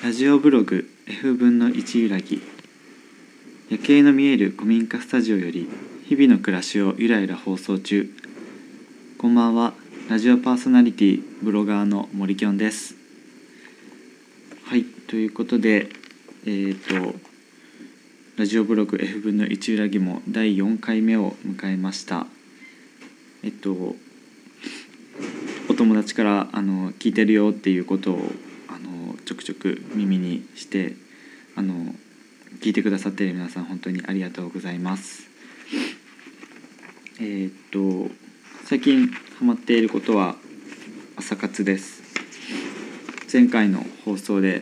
ラジオブログ F 分の1ゆらぎ、夜景の見える古民家スタジオより日々の暮らしをゆらゆら放送中。こんばんは。ラジオパーソナリティブロガーの森きょんです。はい、ということでラジオブログ F 分の1ゆらぎも第4回目を迎えました。お友達から聞いてるよっていうことをちょくちょく耳にして聞いてくださっている皆さん、本当にありがとうございます。最近ハマっていることは朝活です。前回の放送で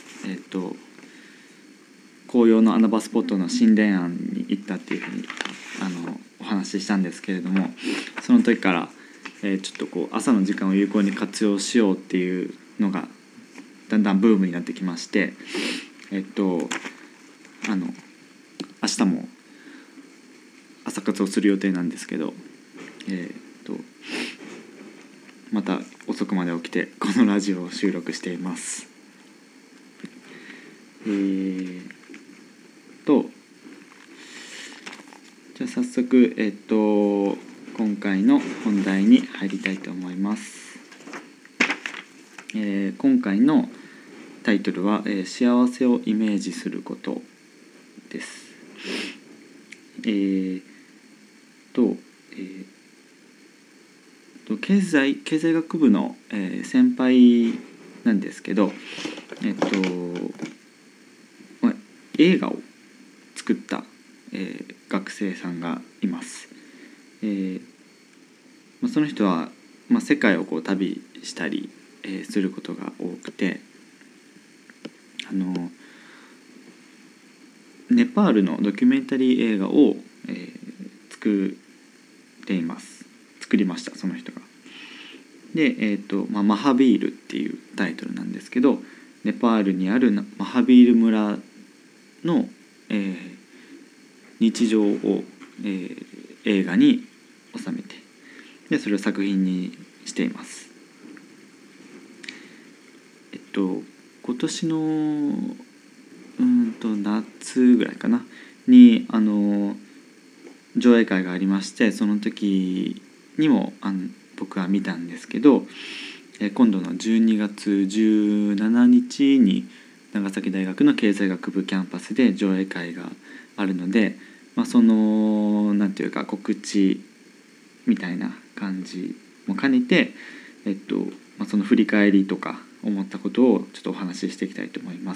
紅葉の穴場スポットの新田庵に行ったっていうふうにお話ししたんですけれども、その時から、ちょっと朝の時間を有効に活用しようっていうのがだんだんブームになってきまして、明日も朝活をする予定なんですけど、また遅くまで起きてこのラジオを収録しています。じゃあ早速、今回の本題に入りたいと思います。今回のタイトルは、幸せをイメージすることです。経済学部の、先輩なんですけど、映画を作った、学生さんがいます。その人は、世界を旅したり、することが多くて、ネパールのドキュメンタリー映画を、作りました、その人が。で、マハビールっていうタイトルなんですけど、ネパールにあるマハビール村の、日常を、映画に収めて、でそれを作品にしています。今年の夏ぐらいかなに上映会がありまして、その時にも僕は見たんですけど、今度の12月17日に長崎大学の経済学部キャンパスで上映会があるので、そのなんていうか告知みたいな感じも兼ねて、その振り返りとか思ったことをちょっとお話ししていきたいと思います。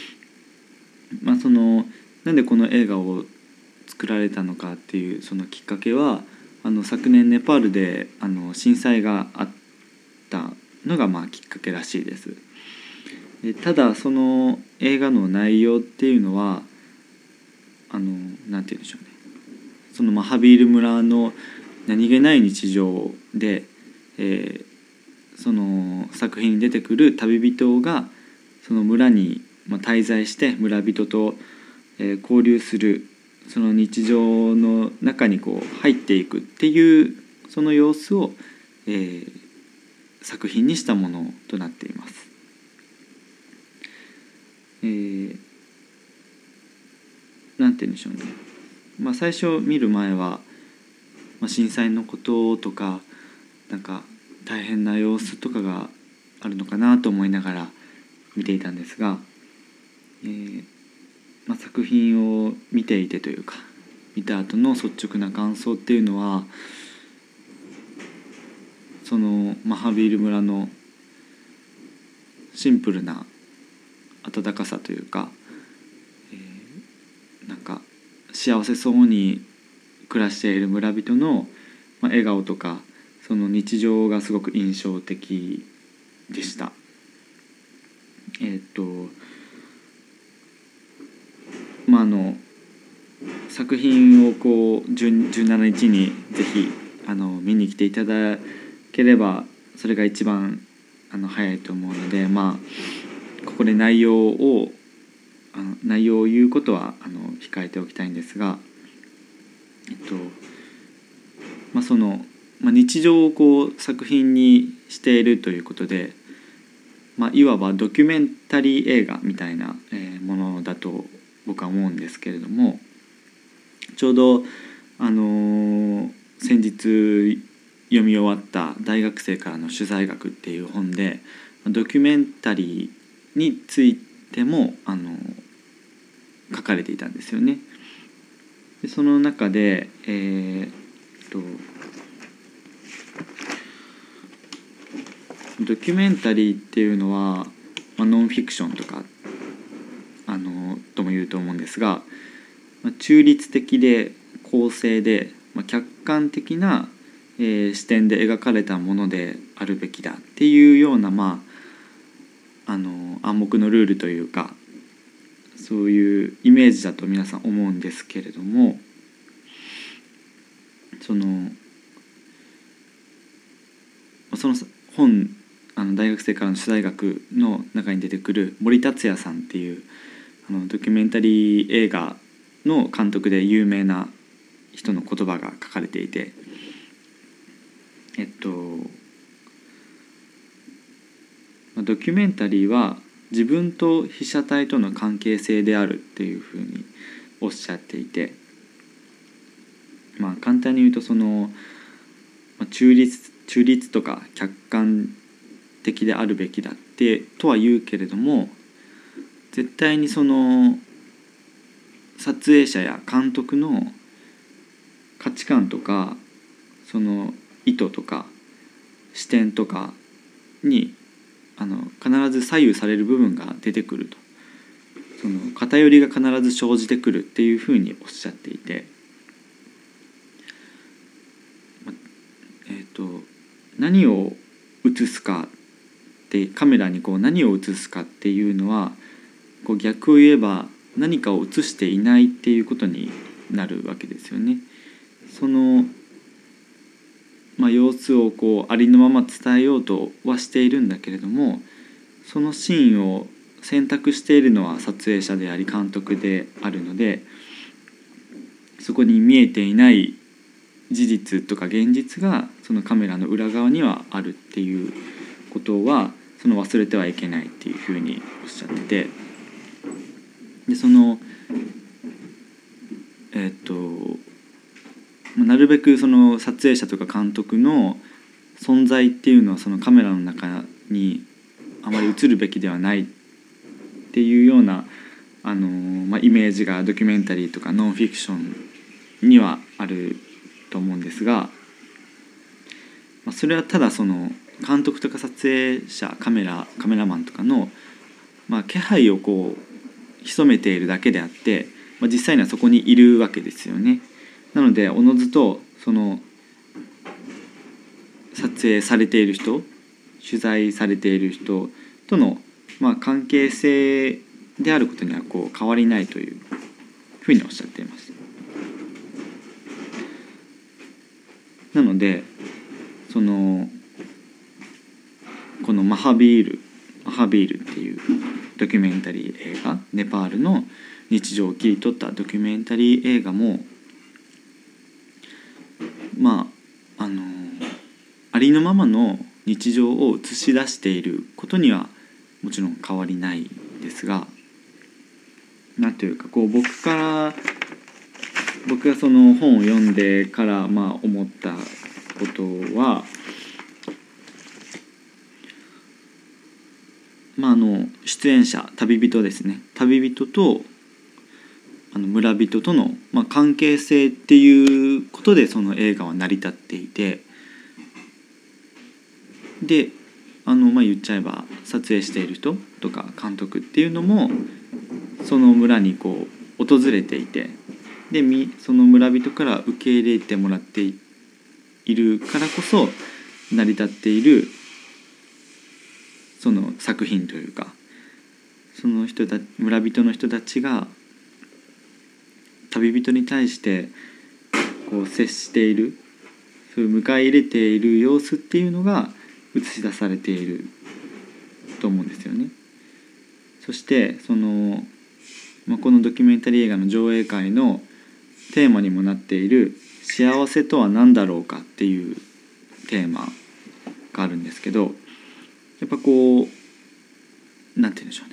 なんでこの映画を作られたのかっていうそのきっかけは、昨年ネパールで震災があったのがきっかけらしいです。ただその映画の内容っていうのはなんて言うんでしょうね、そのマハビール村の何気ない日常で、その作品に出てくる旅人がその村に滞在して村人と交流する、その日常の中に入っていくっていうその様子を、作品にしたものとなっています。なんて言うんでしょうね、最初見る前は、震災のこととかなんか大変な様子とかがあるのかなと思いながら見ていたんですが、作品を見ていてというか見た後の率直な感想っていうのは、そのマハビール村のシンプルな温かさというか、なんか幸せそうに暮らしている村人の笑顔とかその日常がすごく印象的でした。作品を17日にぜひ見に来ていただければそれが一番早いと思うので、ここで内容を言うことは控えておきたいんですが、その日常を作品にしているということで、 いわばドキュメンタリー映画みたいなものだと僕は思うんですけれども、ちょうど先日読み終わった大学生からの取材学っていう本でドキュメンタリーについても書かれていたんですよね。でその中でドキュメンタリーっていうのは、ノンフィクションとかとも言うと思うんですが、中立的で公正で、客観的な、視点で描かれたものであるべきだっていうような、暗黙のルールというか、そういうイメージだと皆さん思うんですけれども、その本大学生からの取材学の中に出てくる森達也さんっていうドキュメンタリー映画の監督で有名な人の言葉が書かれていて、ドキュメンタリーは自分と被写体との関係性であるっていうふうにおっしゃっていて、簡単に言うと中立とか客観的であるべきだってとは言うけれども、絶対に撮影者や監督の価値観とか意図とか視点とかに必ず左右される部分が出てくると、偏りが必ず生じてくるっていうふうにおっしゃっていて、何を映すかってカメラに何を映すかっていうのは逆を言えば何かを映していないっていうことになるわけですよね。様子をありのまま伝えようとはしているんだけれども、そのシーンを選択しているのは撮影者であり監督であるので、そこに見えていない事実とか現実がそのカメラの裏側にはあるっていうことは忘れてはいけないっていうふうにおっしゃってて、でなるべく撮影者とか監督の存在っていうのはカメラの中にあまり映るべきではないっていうようなイメージがドキュメンタリーとかノンフィクションにはあると思うんですが、それはただ監督とか撮影者カメラマンとかの、気配を潜めているだけであって、実際にはそこにいるわけですよね。なのでおのずと撮影されている人、取材されている人との、関係性であることには変わりないというふうにおっしゃっています。なのでこのマハビールっていうドキュメンタリー映画、ネパールの日常を切り取ったドキュメンタリー映画もありのままの日常を映し出していることにはもちろん変わりないですが、なんというか僕がその本を読んでから思ったことは、出演者旅人ですね、旅人と村人との、関係性っていうことでその映画は成り立っていて、で言っちゃえば撮影している人とか監督っていうのもその村に訪れていて、でその村人から受け入れてもらっているからこそ成り立っているその作品というか、村人の人たちが旅人に対して接している、そういう迎え入れている様子っていうのが映し出されていると思うんですよね。そしてこのドキュメンタリー映画の上映会のテーマにもなっている幸せとは何だろうかっていうテーマがあるんですけど、やっぱなんて言うんでしょうね、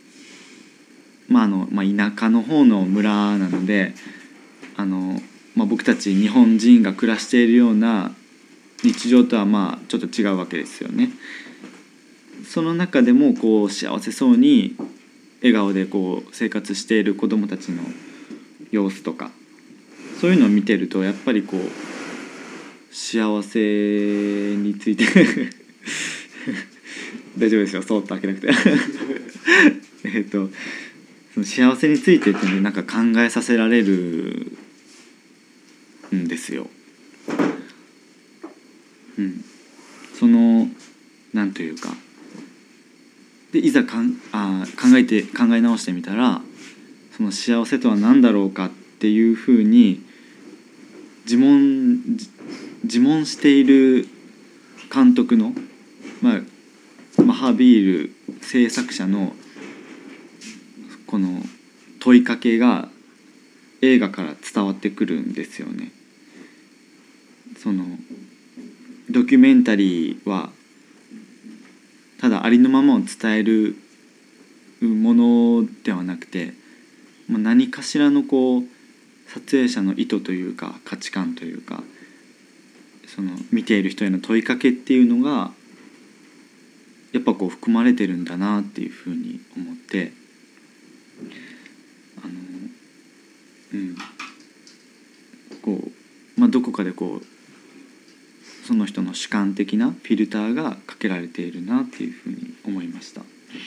田舎の方の村なので僕たち日本人が暮らしているような日常とはちょっと違うわけですよね。その中でもこう幸せそうに笑顔でこう生活している子どもたちの様子とか、そういうのを見てるとやっぱりこう幸せについて大丈夫ですよ、そーっと開けなくてその幸せについてってね、なんか考えさせられるんですよ。そのなんというかで、いざ考え直してみたら、その幸せとは何だろうかっていうふうに自問している監督の、マハビール制作者のこの問いかけが映画から伝わってくるんですよね。そのドキュメンタリーはただありのままを伝えるものではなくて、何かしらのこう撮影者の意図というか価値観というか、その見ている人への問いかけっていうのがやっぱこう含まれてるんだなっていうふうに思って、こう、どこかでこうその人の主観的なフィルターがかけられているなっていうふうに思いました。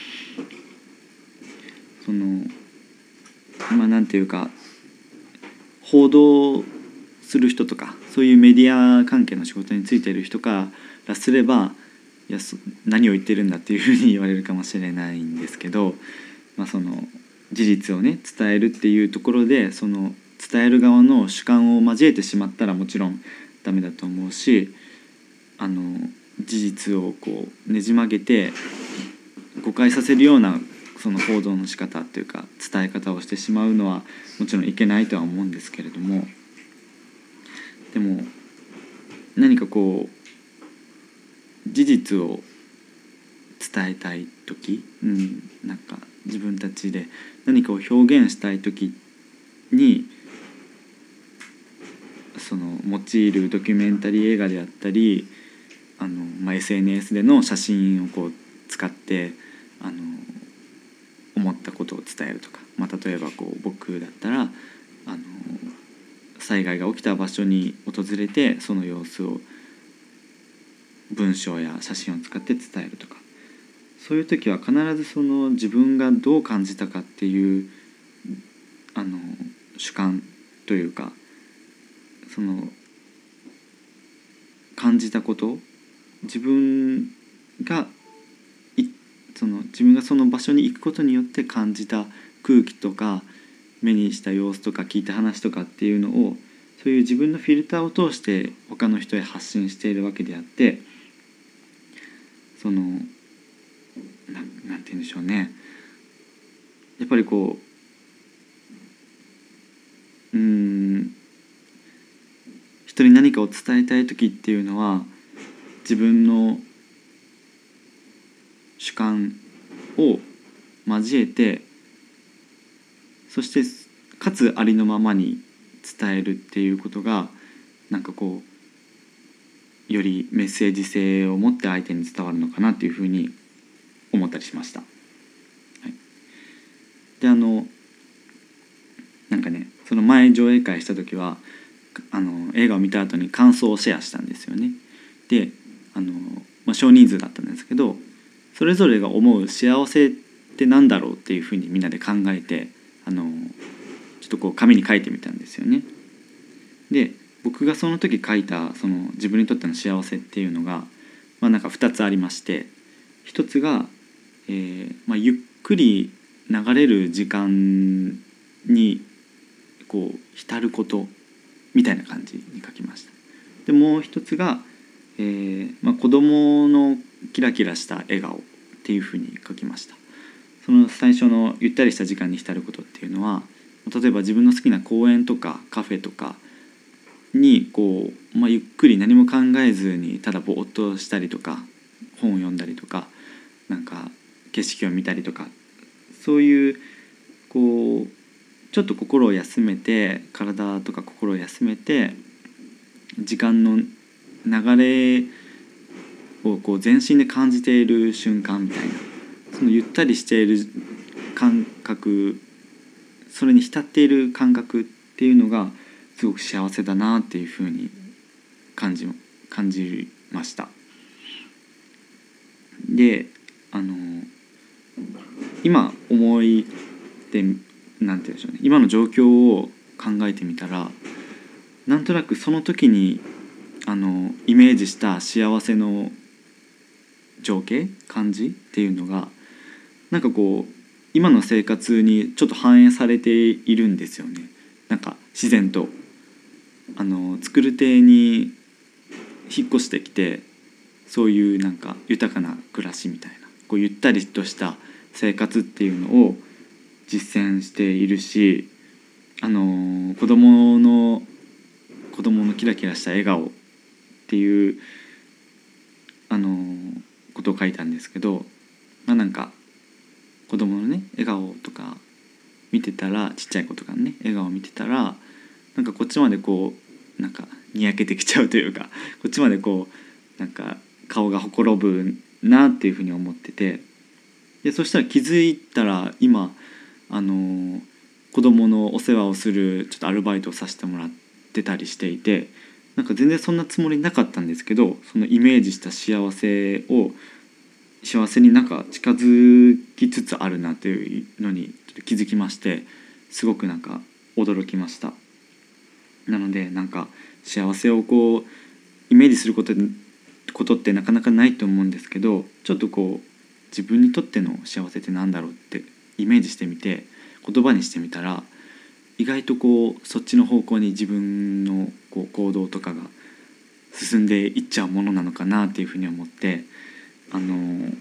そのなんていうか、報道する人とかそういうメディア関係の仕事についている人からすれば、いや何を言ってるんだっていうふうに言われるかもしれないんですけど、その事実をね伝えるっていうところで、その伝える側の主観を交えてしまったらもちろんダメだと思うし、事実をこうねじ曲げて誤解させるようなその報道の仕方っていうか伝え方をしてしまうのはもちろんいけないとは思うんですけれども、でも何かこう事実を伝えたい時、なんか自分たちで何かを表現したい時にその用いるドキュメンタリー映画であったりSNS での写真をこう使って思ったことを伝えるとか、例えばこう僕だったら災害が起きた場所に訪れてその様子を文章や写真を使って伝えるとか、そういう時は必ずその自分がどう感じたかっていう主観というか、その感じたこと、自分がその場所に行くことによって感じた空気とか目にした様子とか聞いた話とかっていうのを、そういう自分のフィルターを通して他の人へ発信しているわけであって、そのなんて言うんでしょうね、やっぱりこう人に何かを伝えたい時っていうのは自分の主観を交えて、そしてかつありのままに伝えるっていうことがなんかこうよりメッセージ性を持って相手に伝わるのかなっていうふうに思ったりしました。はい、でなんかね、その前上映会した時は映画を見た後に感想をシェアしたんですよね。で少人数だったんですけど、それぞれが思う幸せってなんだろうっていうふうにみんなで考えてちょっとこう紙に書いてみたんですよね。で僕がその時書いたその自分にとっての幸せっていうのが、なんか2つありまして、1つが、ゆっくり流れる時間にこう浸ることみたいな感じに書きました。でもう1つが、子供のキラキラした笑顔っていうふうに書きました。その最初のゆったりした時間に浸ることっていうのは、例えば自分の好きな公園とかカフェとかにこう、ゆっくり何も考えずにただぼーっとしたりとか本を読んだりとか、なんか景色を見たりとか、そういうこうちょっと心を休めて、体とか心を休めて時間の流れをこう全身で感じている瞬間みたいな、そのゆったりしている感覚、それに浸っている感覚っていうのがすごく幸せだなっていうふうに感じました。で今思いでなんて言うんでしょうね、今の状況を考えてみたら、なんとなくその時にイメージした幸せの情景感じっていうのがなんかこう今の生活にちょっと反映されているんですよね。なんか自然と作る亭に引っ越してきて、そういうなんか豊かな暮らしみたいな、こうゆったりとした生活っていうのを実践しているし、子供のキラキラした笑顔っていうことを書いたんですけど、なんか子供のね笑顔とか見てたら、ちっちゃい子とかのね笑顔を見てたら、なんかこっちまでこうなんかにやけてきちゃうというか、こっちまでこうなんか顔がほころぶなっていうふうに思ってて、でそしたら気づいたら今子供のお世話をするちょっとアルバイトをさせてもらってたりしていて、なんか全然そんなつもりなかったんですけど、そのイメージした幸せになんか近づきつつあるなというのにちょっと気づきまして、すごくなんか驚きました。なのでなんか幸せをこうイメージすることってなかなかないと思うんですけど、ちょっとこう自分にとっての幸せってなんだろうってイメージしてみて言葉にしてみたら、意外とこうそっちの方向に自分のこう行動とかが進んでいっちゃうものなのかなっていうふうに思って、なんて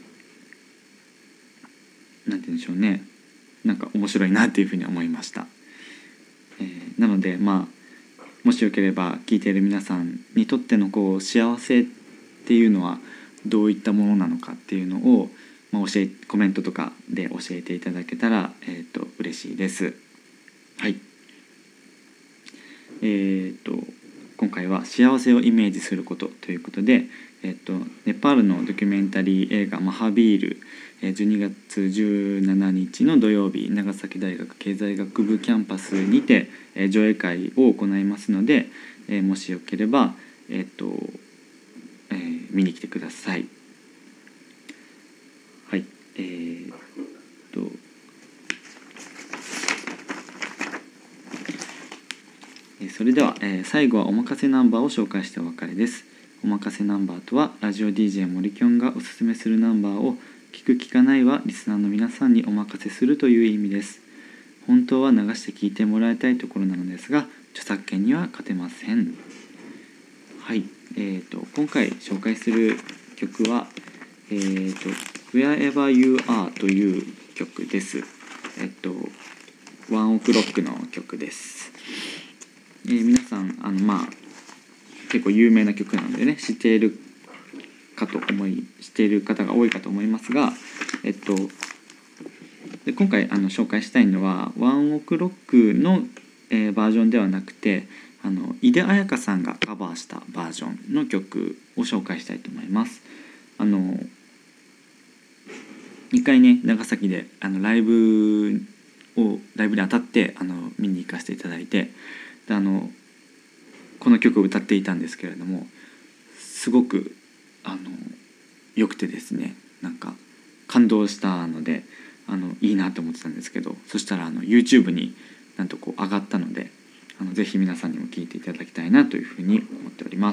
言うんでしょうね、なんか面白いなっていうふうに思いました。なのでもしよければ聞いている皆さんにとってのこう幸せっていうのはどういったものなのかっていうのを、コメントとかで教えていただけたら、嬉しいです。はい。今回は幸せをイメージすることということで、ネパールのドキュメンタリー映画マハビール、12月17日の土曜日、長崎大学経済学部キャンパスにて、上映会を行いますので、もしよければ、見に来てください。はい。それでは、最後はおまかせナンバーを紹介してお別れです。おまかせナンバーとは、ラジオ DJ 森きょんがおすすめするナンバーを聞く聞かないはリスナーの皆さんにお任せするという意味です。本当は流して聞いてもらいたいところなのですが、著作権には勝てません。はい。今回紹介する曲は、Wherever You Are という曲です。ワンオクロックの曲です。皆さん結構有名な曲なのでね、知っている方が多いかと思いますが、で今回紹介したいのはワンオクロックの、バージョンではなくて、井出彩香さんがカバーしたバージョンの曲を紹介したいと思います。一回ね長崎でライブで当たって見に行かせていただいて、でこの曲を歌っていたんですけれども、すごく良くてですね、なんか感動したのでいいなと思ってたんですけど、そしたらYouTube になんとこう上がったので、ぜひ皆さんにも聴いていただきたいなというふうに思っております。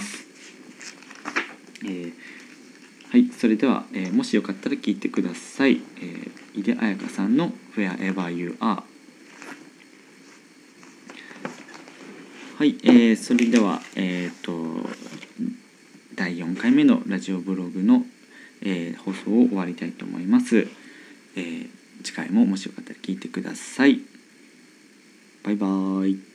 はい、それでは、もしよかったら聴いてください。井出彩香さんの Wherever You Are。はい、それでは、第4回目のラジオブログの、放送を終わりたいと思います。次回ももしよかったら聞いてください。バイバーイ。